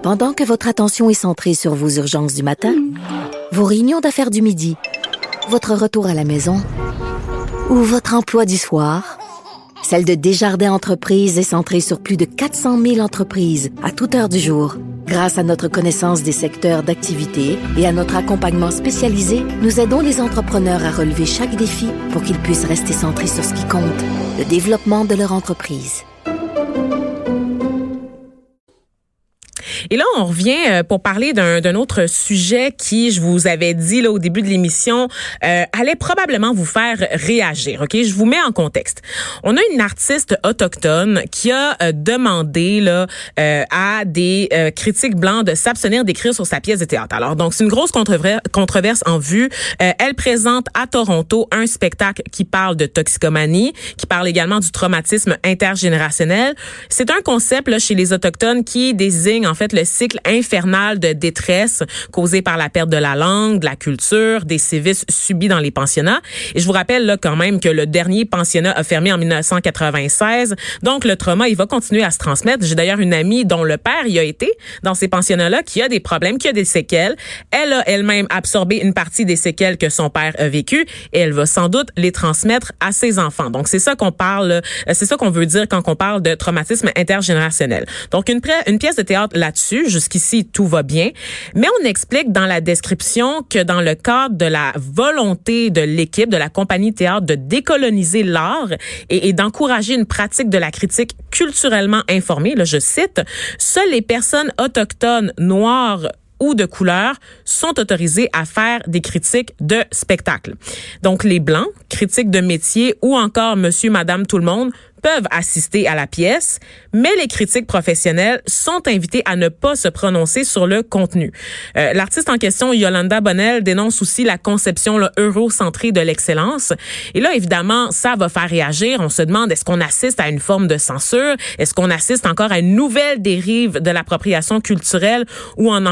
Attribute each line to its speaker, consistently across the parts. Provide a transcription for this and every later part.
Speaker 1: Pendant que votre attention est centrée sur vos urgences du matin, vos réunions d'affaires du midi, votre retour à la maison ou votre emploi du soir, celle de Desjardins Entreprises est centrée sur plus de 400 000 entreprises à toute heure du jour. Grâce à notre connaissance des secteurs d'activité et à notre accompagnement spécialisé, nous aidons les entrepreneurs à relever chaque défi pour qu'ils puissent rester centrés sur ce qui compte, le développement de leur entreprise.
Speaker 2: Et là, on revient pour parler d'un autre sujet qui, je vous avais dit là au début de l'émission, allait probablement vous faire réagir. Ok, je vous mets en contexte. On a une artiste autochtone qui a demandé là à des critiques blancs de s'abstenir d'écrire sur sa pièce de théâtre. Alors donc c'est une grosse controverse en vue. Elle présente à Toronto un spectacle qui parle de toxicomanie, qui parle également du traumatisme intergénérationnel. C'est un concept là chez les autochtones qui désigne en fait le cycle infernal de détresse causé par la perte de la langue, de la culture, des sévices subis dans les pensionnats. Et je vous rappelle là quand même que le dernier pensionnat a fermé en 1996. Donc le trauma, il va continuer à se transmettre. J'ai d'ailleurs une amie dont le père y a été dans ces pensionnats-là, qui a des problèmes, qui a des séquelles. Elle a elle-même absorbé une partie des séquelles que son père a vécues et elle va sans doute les transmettre à ses enfants. Donc c'est ça qu'on parle, c'est ça qu'on veut dire quand on parle de traumatisme intergénérationnel. Donc une pièce de théâtre là-dessus. Jusqu'ici, tout va bien. Mais on explique dans la description que dans le cadre de la volonté de l'équipe, de la compagnie théâtre, de décoloniser l'art et d'encourager une pratique de la critique culturellement informée, là, je cite, « Seules les personnes autochtones, noires ou de couleur sont autorisés à faire des critiques de spectacle. » Donc, les Blancs, critiques de métier ou encore monsieur, madame, tout le monde peuvent assister à la pièce, mais les critiques professionnels sont invités à ne pas se prononcer sur le contenu. L'artiste en question, Yolanda Bonnell, dénonce aussi la conception là, eurocentrée de l'excellence. Et là, évidemment, ça va faire réagir. On se demande, est-ce qu'on assiste à une forme de censure? Est-ce qu'on assiste encore à une nouvelle dérive de l'appropriation culturelle où on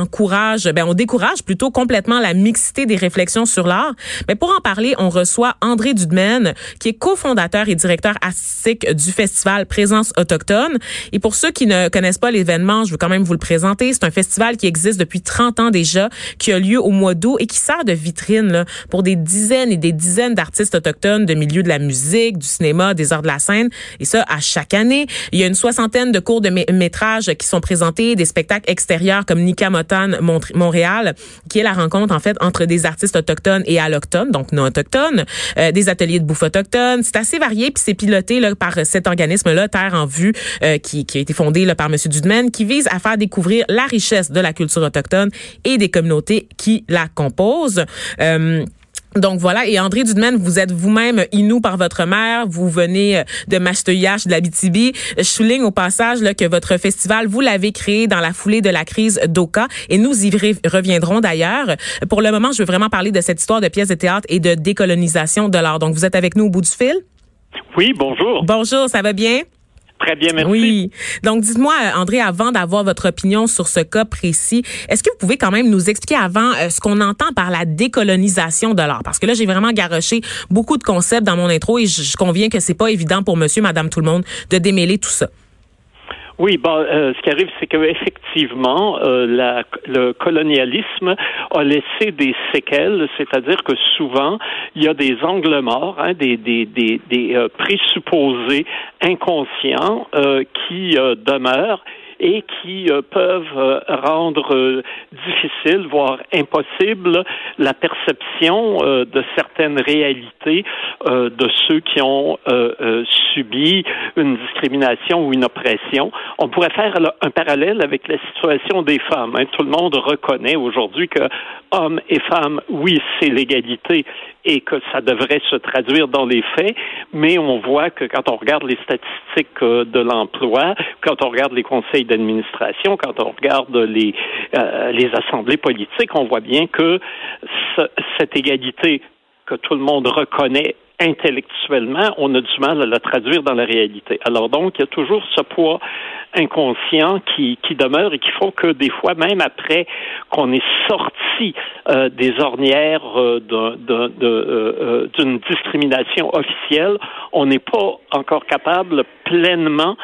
Speaker 2: on décourage plutôt complètement la mixité des réflexions sur l'art? Mais pour en parler, on reçoit André Dudemaine, qui est cofondateur et directeur artistique du festival Présence autochtone. Et pour ceux qui ne connaissent pas l'événement, je veux quand même vous le présenter. C'est un festival qui existe depuis 30 ans déjà, qui a lieu au mois d'août et qui sert de vitrine là, pour des dizaines et des dizaines d'artistes autochtones de milieux de la musique, du cinéma, des arts de la scène. Et ça, à chaque année. Il y a une soixantaine de courts de métrages qui sont présentés, des spectacles extérieurs comme Nikamotan Montréal, qui est la rencontre en fait entre des artistes autochtones et allochtones, donc non autochtones, des ateliers de bouffe autochtones. C'est assez varié puis c'est piloté là, par cet organisme-là, Terre en vue, qui a été fondé là, par M. Dudemaine, qui vise à faire découvrir la richesse de la culture autochtone et des communautés qui la composent. Donc voilà, et André Dudemaine, vous êtes vous-même Innu par votre mère, vous venez de Mashteuiache, de l'Abitibi. Je souligne au passage là, que votre festival, vous l'avez créé dans la foulée de la crise d'Oka, et nous y reviendrons d'ailleurs. Pour le moment, je veux vraiment parler de cette histoire de pièces de théâtre et de décolonisation de l'art. Donc vous êtes avec nous au bout du fil?
Speaker 3: Oui, bonjour.
Speaker 2: Bonjour, ça va bien?
Speaker 3: Très bien, merci.
Speaker 2: Oui. Donc, dites-moi, André, avant d'avoir votre opinion sur ce cas précis, est-ce que vous pouvez quand même nous expliquer avant ce qu'on entend par la décolonisation de l'art? Parce que là, j'ai vraiment garoché beaucoup de concepts dans mon intro et je conviens que c'est pas évident pour monsieur, madame, tout le monde de démêler tout ça.
Speaker 3: Oui, ce qui arrive, c'est que effectivement, le colonialisme a laissé des séquelles, c'est-à-dire que souvent, il y a des angles morts, des présupposés inconscients qui demeurent et qui peuvent rendre difficile, voire impossible, la perception de certaines réalités de ceux qui ont subi une discrimination ou une oppression. On pourrait faire un parallèle avec la situation des femmes. Tout le monde reconnaît aujourd'hui que hommes et femmes, oui, c'est l'égalité et que ça devrait se traduire dans les faits, mais on voit que quand on regarde les statistiques de l'emploi, quand on regarde les conseils d'administration, quand on regarde les assemblées politiques, on voit bien que cette égalité que tout le monde reconnaît intellectuellement, on a du mal à la traduire dans la réalité. Alors donc, il y a toujours ce poids inconscients qui demeurent et qui font que des fois, même après qu'on est sorti des ornières d'une discrimination officielle, on n'est pas encore capable pleinement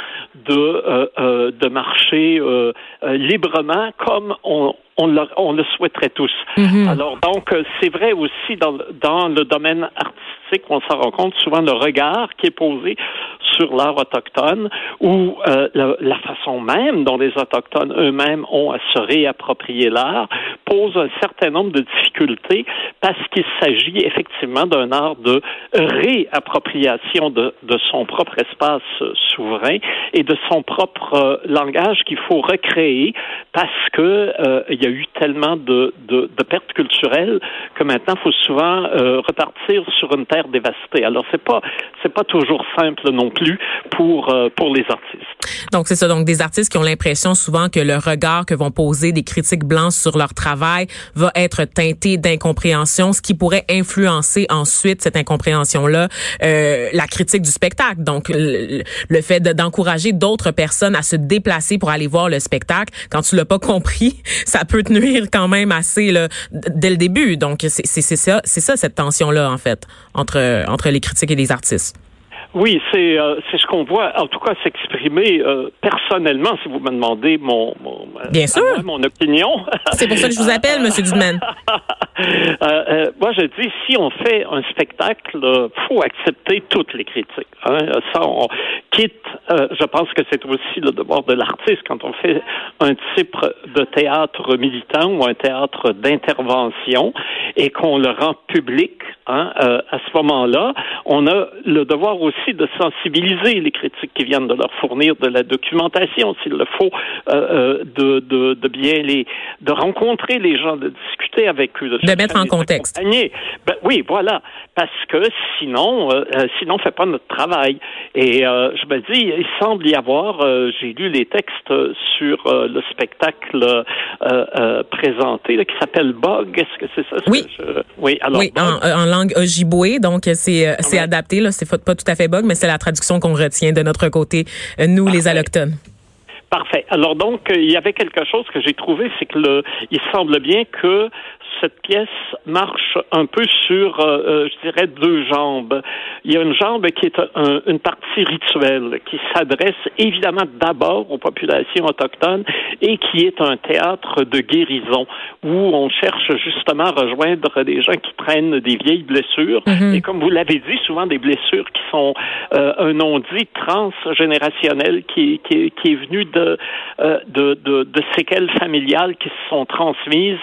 Speaker 3: de marcher librement comme on le souhaiterait tous. Mm-hmm. Alors donc, c'est vrai aussi dans le domaine artistique, on s'en rend compte souvent le regard qui est posé sur l'art autochtone ou la façon même dont les Autochtones eux-mêmes ont à se réapproprier l'art pose un certain nombre de difficultés parce qu'il s'agit effectivement d'un art de réappropriation de son propre espace souverain et de son propre langage qu'il faut recréer parce que il y a eu tellement de pertes culturelles que maintenant il faut souvent repartir sur une terre dévastée. Alors c'est pas toujours simple non plus pour les artistes.
Speaker 2: Donc c'est ça, donc des artistes qui ont l'impression souvent que le regard que vont poser des critiques blancs sur leur travail va être teinté d'incompréhension, ce qui pourrait influencer ensuite cette incompréhension-là, la critique du spectacle. Donc le fait d'encourager d'autres personnes à se déplacer pour aller voir le spectacle, quand tu l'as pas compris, ça peut te nuire quand même assez là, dès le début. Donc c'est ça cette tension-là en fait entre les critiques et les artistes.
Speaker 3: Oui, c'est ce qu'on voit, en tout cas, s'exprimer personnellement, si vous me demandez
Speaker 2: Bien sûr.
Speaker 3: Mon opinion. C'est
Speaker 2: pour ça que je vous appelle, M. Dudman.
Speaker 3: Moi, je dis, si on fait un spectacle, faut accepter toutes les critiques. Hein. Ça, on quitte. Je pense que c'est aussi le devoir de l'artiste quand on fait un type de théâtre militant ou un théâtre d'intervention et qu'on le rend public. Hein, à ce moment-là, on a le devoir aussi de sensibiliser les critiques qui viennent de leur fournir de la documentation, s'il le faut, de bien de rencontrer les gens, de discuter avec eux,
Speaker 2: de mettre en contexte.
Speaker 3: Ben, oui, voilà, parce que sinon, on fait pas notre travail. Et je me dis, il semble y avoir, j'ai lu les textes sur le spectacle présenté là, qui s'appelle Bog. Est-ce que c'est ça?
Speaker 2: Oui.
Speaker 3: Oui. Alors.
Speaker 2: Oui, en langue ojibwe, donc c'est adapté là, c'est pas tout à fait Bog, mais c'est la traduction qu'on retient de notre côté, nous les allochtones.
Speaker 3: Parfait. Alors donc, il y avait quelque chose que j'ai trouvé, c'est que il semble bien que cette pièce marche un peu sur, je dirais, deux jambes. Il y a une jambe qui est une partie rituelle, qui s'adresse évidemment d'abord aux populations autochtones et qui est un théâtre de guérison où on cherche justement à rejoindre des gens qui traînent des vieilles blessures. Mm-hmm. Et comme vous l'avez dit, souvent des blessures qui sont un non-dit transgénérationnel qui est venu de séquelles familiales qui se sont transmises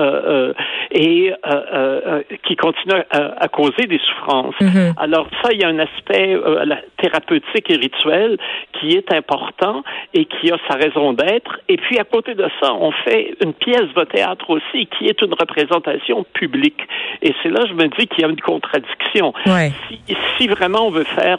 Speaker 3: et qui continuent à causer des souffrances. Mm-hmm. Alors ça, il y a un aspect thérapeutique et rituel qui est important et qui a sa raison d'être. Et puis à côté de ça, on fait une pièce de théâtre aussi qui est une représentation publique. Et c'est là, je me dis qu'il y a une contradiction.
Speaker 2: Ouais.
Speaker 3: Si vraiment on veut faire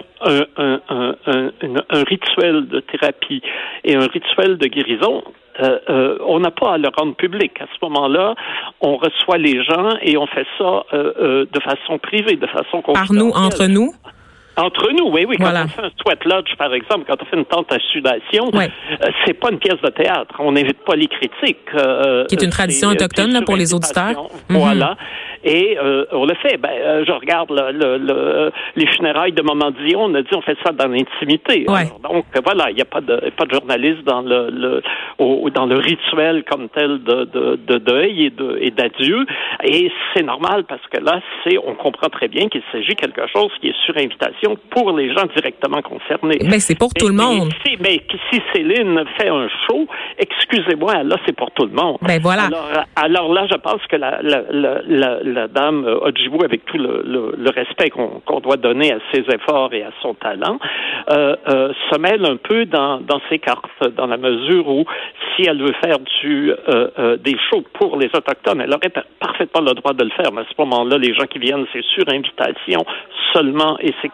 Speaker 3: un rituel de thérapie et un rituel de guérison, on n'a pas à le rendre public. À ce moment-là, on reçoit les gens et on fait ça de façon privée, de façon confidentielle.
Speaker 2: Par nous, entre nous?
Speaker 3: Entre nous, oui.
Speaker 2: Voilà.
Speaker 3: Quand on fait un sweat lodge, par exemple, quand on fait une tente à sudation,
Speaker 2: ouais.
Speaker 3: C'est pas une pièce de théâtre. On n'invite pas les critiques.
Speaker 2: Qui est une tradition autochtone là, pour les auditeurs.
Speaker 3: Voilà. Et on le fait. Je regarde les funérailles de Maman Dion. On a dit on fait ça dans l'intimité.
Speaker 2: Ouais.
Speaker 3: Alors, donc voilà, il n'y a pas de journaliste dans le rituel comme tel de deuil et d'adieu. Et c'est normal parce que là, on comprend très bien qu'il s'agit de quelque chose qui est sur invitation pour les gens directement concernés.
Speaker 2: Mais c'est pour tout le monde.
Speaker 3: Mais si Céline fait un show, excusez-moi, là c'est pour tout le monde.
Speaker 2: Ben voilà.
Speaker 3: Alors là, je pense que la dame Ojibwe, avec tout le respect qu'on doit donner à ses efforts et à son talent, se mêle un peu dans ses cartes, dans la mesure où si elle veut faire des shows pour les Autochtones, elle aurait parfaitement le droit de le faire. Mais à ce moment-là, les gens qui viennent, c'est sur invitation seulement, et c'est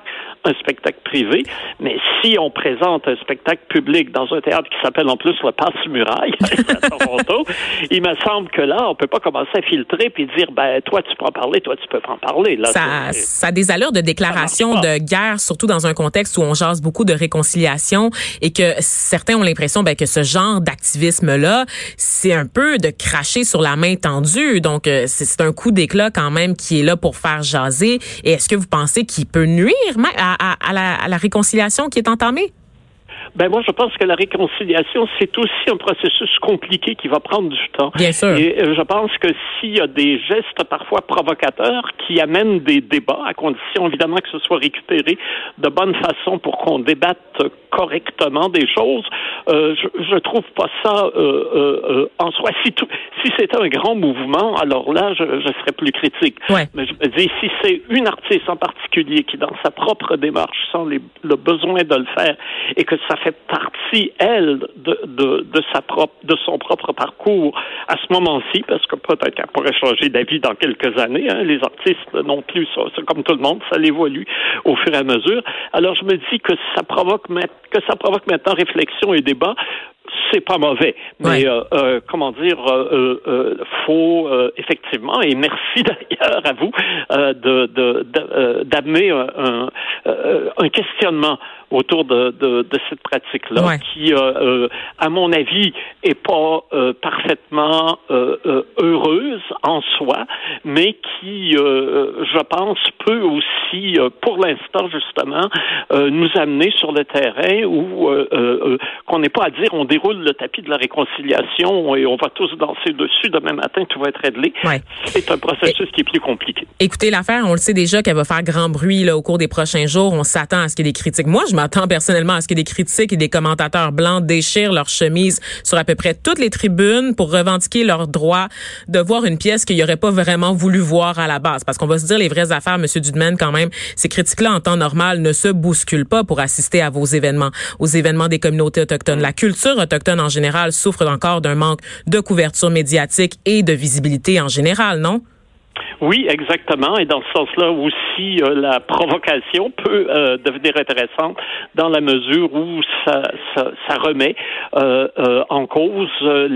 Speaker 3: un spectacle privé, mais si on présente un spectacle public dans un théâtre qui s'appelle en plus le Passe-Muraille à Toronto, il me semble que là, on peut pas commencer à filtrer puis dire, toi, tu peux en parler, toi, tu peux pas en parler. Là,
Speaker 2: ça a des allures de déclaration de guerre, surtout dans un contexte où on jase beaucoup de réconciliation et que certains ont l'impression que ce genre d'activisme-là, c'est un peu de cracher sur la main tendue. Donc, c'est un coup d'éclat quand même qui est là pour faire jaser. Et est-ce que vous pensez qu'il peut nuire à la réconciliation qui est entamée?
Speaker 3: Moi, je pense que la réconciliation, c'est aussi un processus compliqué qui va prendre du temps.
Speaker 2: Bien sûr.
Speaker 3: Et je pense que s'il y a des gestes parfois provocateurs qui amènent des débats, à condition évidemment que ce soit récupéré de bonne façon pour qu'on débatte correctement des choses, je trouve pas ça en soi. Si c'était un grand mouvement, alors là, je serais plus critique.
Speaker 2: Ouais.
Speaker 3: Mais je me dis, si c'est une artiste en particulier qui, dans sa propre démarche, sent le besoin de le faire et que ça fait partie, elle, de son propre parcours à ce moment-ci, parce que peut-être qu'elle pourrait changer d'avis dans quelques années. Les artistes non plus, c'est comme tout le monde, ça évolue au fur et à mesure. Alors je me dis que ça provoque maintenant réflexion et débat. C'est pas mauvais, mais faut effectivement, et merci d'ailleurs à vous d'amener un questionnement autour de cette pratique-là, qui, à mon avis, est pas parfaitement heureuse en soi, mais qui, je pense, peut aussi, pour l'instant justement, nous amener sur le terrain où qu'on n'est pas à dire on déroule le tapis de la réconciliation et on va tous danser dessus demain matin, tout va être réglé.
Speaker 2: Ouais.
Speaker 3: C'est un processus qui est plus compliqué.
Speaker 2: Écoutez, l'affaire, on le sait déjà qu'elle va faire grand bruit là, au cours des prochains jours. On s'attend à ce qu'il y ait des critiques. Moi, je m'attends personnellement à ce qu'il y ait des critiques et des commentateurs blancs déchirent leur chemise sur à peu près toutes les tribunes pour revendiquer leur droit de voir une pièce qu'ils n'auraient pas vraiment voulu voir à la base. Parce qu'on va se dire les vraies affaires, M. Dudemaine, quand même, ces critiques-là, en temps normal, ne se bousculent pas pour assister à vos événements, aux événements des communautés autochtones. La culture autochtone, en général, souffre encore d'un manque de couverture médiatique et de visibilité en général, non?
Speaker 3: Oui, exactement. Et dans ce sens-là aussi, la provocation peut devenir intéressante dans la mesure où ça remet en cause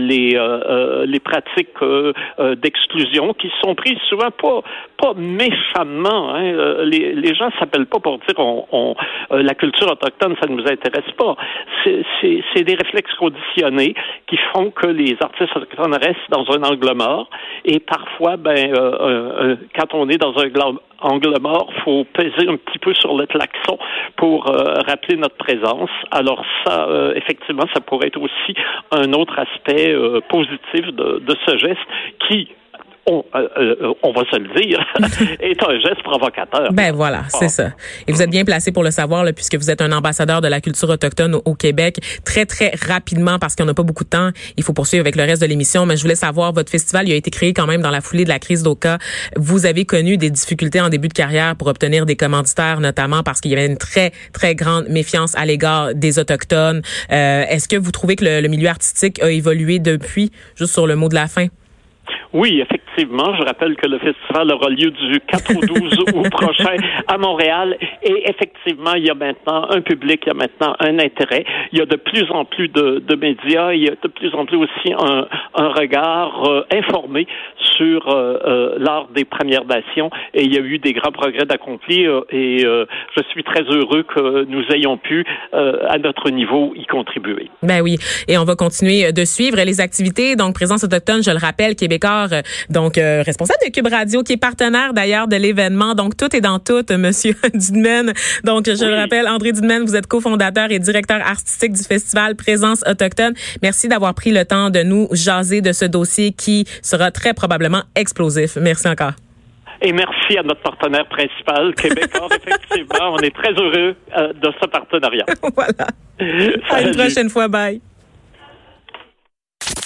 Speaker 3: les pratiques d'exclusion qui sont prises souvent pas méchamment. Les gens s'appellent pas pour dire la culture autochtone, ça ne nous intéresse pas. C'est des réflexes conditionnés qui font que les artistes autochtones restent dans un angle mort et parfois, quand on est dans un angle mort, faut peser un petit peu sur le klaxon pour rappeler notre présence. Alors ça, effectivement, ça pourrait être aussi un autre aspect positif de ce geste qui, on va se le dire, est un geste provocateur.
Speaker 2: Voilà, c'est ça. Et vous êtes bien placé pour le savoir, là, puisque vous êtes un ambassadeur de la culture autochtone au Québec. Très, très rapidement, parce qu'on n'a pas beaucoup de temps, il faut poursuivre avec le reste de l'émission, mais je voulais savoir, votre festival, il a été créé quand même dans la foulée de la crise d'Oka. Vous avez connu des difficultés en début de carrière pour obtenir des commanditaires, notamment parce qu'il y avait une très, très grande méfiance à l'égard des Autochtones. Est-ce que vous trouvez que le milieu artistique a évolué depuis, juste sur le mot de la fin?
Speaker 3: Oui, effectivement. Je rappelle que le festival aura lieu du 4 au 12 août prochain à Montréal. Et effectivement, il y a maintenant un public, il y a maintenant un intérêt. Il y a de plus en plus de médias. Il y a de plus en plus aussi un regard informé sur l'art des Premières Nations. Et il y a eu des grands progrès d'accomplir. Et je suis très heureux que nous ayons pu, à notre niveau, y contribuer.
Speaker 2: Oui. Et on va continuer de suivre les activités. Donc, Présence autochtone, je le rappelle, Québécois, donc responsable de Cube Radio, qui est partenaire d'ailleurs de l'événement. Donc, tout est dans tout, Monsieur Dudemaine. Donc, je le rappelle, André Dudemaine, vous êtes cofondateur et directeur artistique du festival Présence autochtone. Merci d'avoir pris le temps de nous jaser de ce dossier qui sera très probablement explosif. Merci encore.
Speaker 3: Et merci à notre partenaire principal, Québécois. Effectivement, on est très heureux de ce partenariat.
Speaker 2: Voilà. À une prochaine fois. Bye.